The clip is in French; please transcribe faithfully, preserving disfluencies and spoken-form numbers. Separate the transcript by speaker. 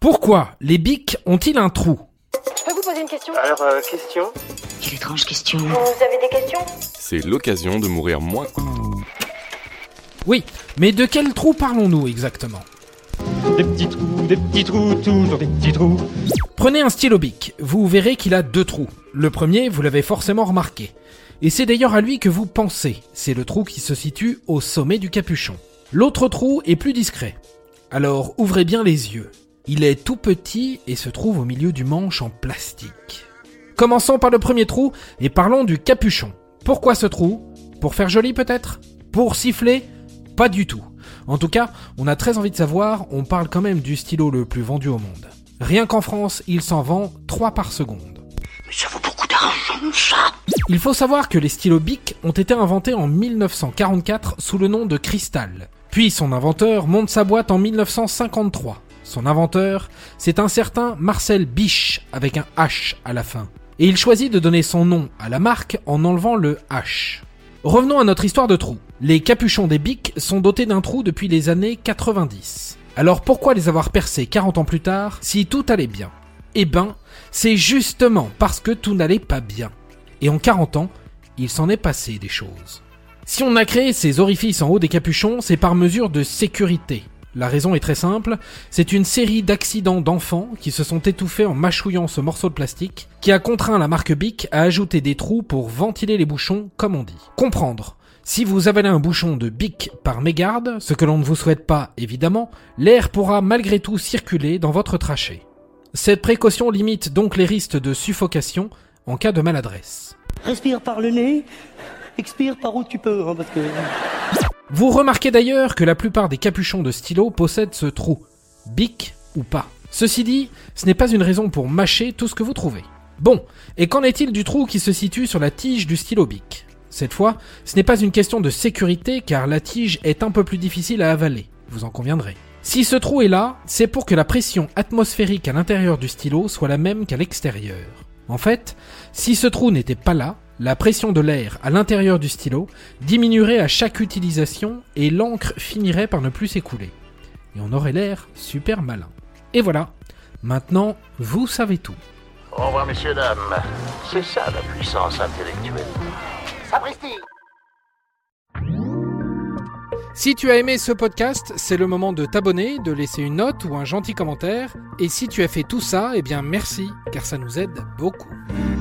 Speaker 1: Pourquoi les bics ont-ils un trou ?
Speaker 2: Je peux vous poser une question ?
Speaker 3: Alors, euh, question ?
Speaker 4: Quelle étrange question.
Speaker 2: Vous avez des questions ?
Speaker 5: C'est l'occasion de mourir moins.
Speaker 1: Oui, mais de quel trou parlons-nous exactement ?
Speaker 6: Des petits trous, des petits trous, toujours des petits trous.
Speaker 1: Prenez un stylo bic, vous verrez qu'il a deux trous. Le premier, vous l'avez forcément remarqué. Et c'est d'ailleurs à lui que vous pensez, c'est le trou qui se situe au sommet du capuchon. L'autre trou est plus discret. Alors ouvrez bien les yeux. Il est tout petit et se trouve au milieu du manche en plastique. Commençons par le premier trou et parlons du capuchon. Pourquoi ce trou ? Pour faire joli peut-être ? Pour siffler ? Pas du tout. En tout cas, on a très envie de savoir, on parle quand même du stylo le plus vendu au monde. Rien qu'en France, il s'en vend trois par seconde.
Speaker 4: Mais ça vaut beaucoup d'argent, ça.
Speaker 1: Il faut savoir que les stylos bic ont été inventés en mille neuf cent quarante-quatre sous le nom de Cristal. Puis son inventeur monte sa boîte en mille neuf cent cinquante-trois. Son inventeur, c'est un certain Marcel Biche, avec un H à la fin. Et il choisit de donner son nom à la marque en enlevant le H. Revenons à notre histoire de trou. Les capuchons des bics sont dotés d'un trou depuis les années quatre-vingt-dix. Alors pourquoi les avoir percés quarante ans plus tard si tout allait bien ? Eh ben, c'est justement parce que tout n'allait pas bien. Et en quarante ans, il s'en est passé des choses. Si on a créé ces orifices en haut des capuchons, c'est par mesure de sécurité. La raison est très simple, c'est une série d'accidents d'enfants qui se sont étouffés en mâchouillant ce morceau de plastique qui a contraint la marque Bic à ajouter des trous pour ventiler les bouchons, comme on dit. Comprendre. Si vous avalez un bouchon de Bic par mégarde, ce que l'on ne vous souhaite pas évidemment, l'air pourra malgré tout circuler dans votre trachée. Cette précaution limite donc les risques de suffocation en cas de maladresse.
Speaker 7: Respire par le nez, expire par où tu peux, hein, parce que...
Speaker 1: Vous remarquez d'ailleurs que la plupart des capuchons de stylo possèdent ce trou, bic ou pas. Ceci dit, ce n'est pas une raison pour mâcher tout ce que vous trouvez. Bon, et qu'en est-il du trou qui se situe sur la tige du stylo bic ? Cette fois, ce n'est pas une question de sécurité car la tige est un peu plus difficile à avaler, vous en conviendrez. Si ce trou est là, c'est pour que la pression atmosphérique à l'intérieur du stylo soit la même qu'à l'extérieur. En fait, si ce trou n'était pas là, la pression de l'air à l'intérieur du stylo diminuerait à chaque utilisation et l'encre finirait par ne plus s'écouler. Et on aurait l'air super malin. Et voilà, maintenant, vous savez tout.
Speaker 3: Au revoir, messieurs, dames. C'est ça la puissance intellectuelle. Sapristi !
Speaker 1: Si tu as aimé ce podcast, c'est le moment de t'abonner, de laisser une note ou un gentil commentaire. Et si tu as fait tout ça, eh bien merci, car ça nous aide beaucoup.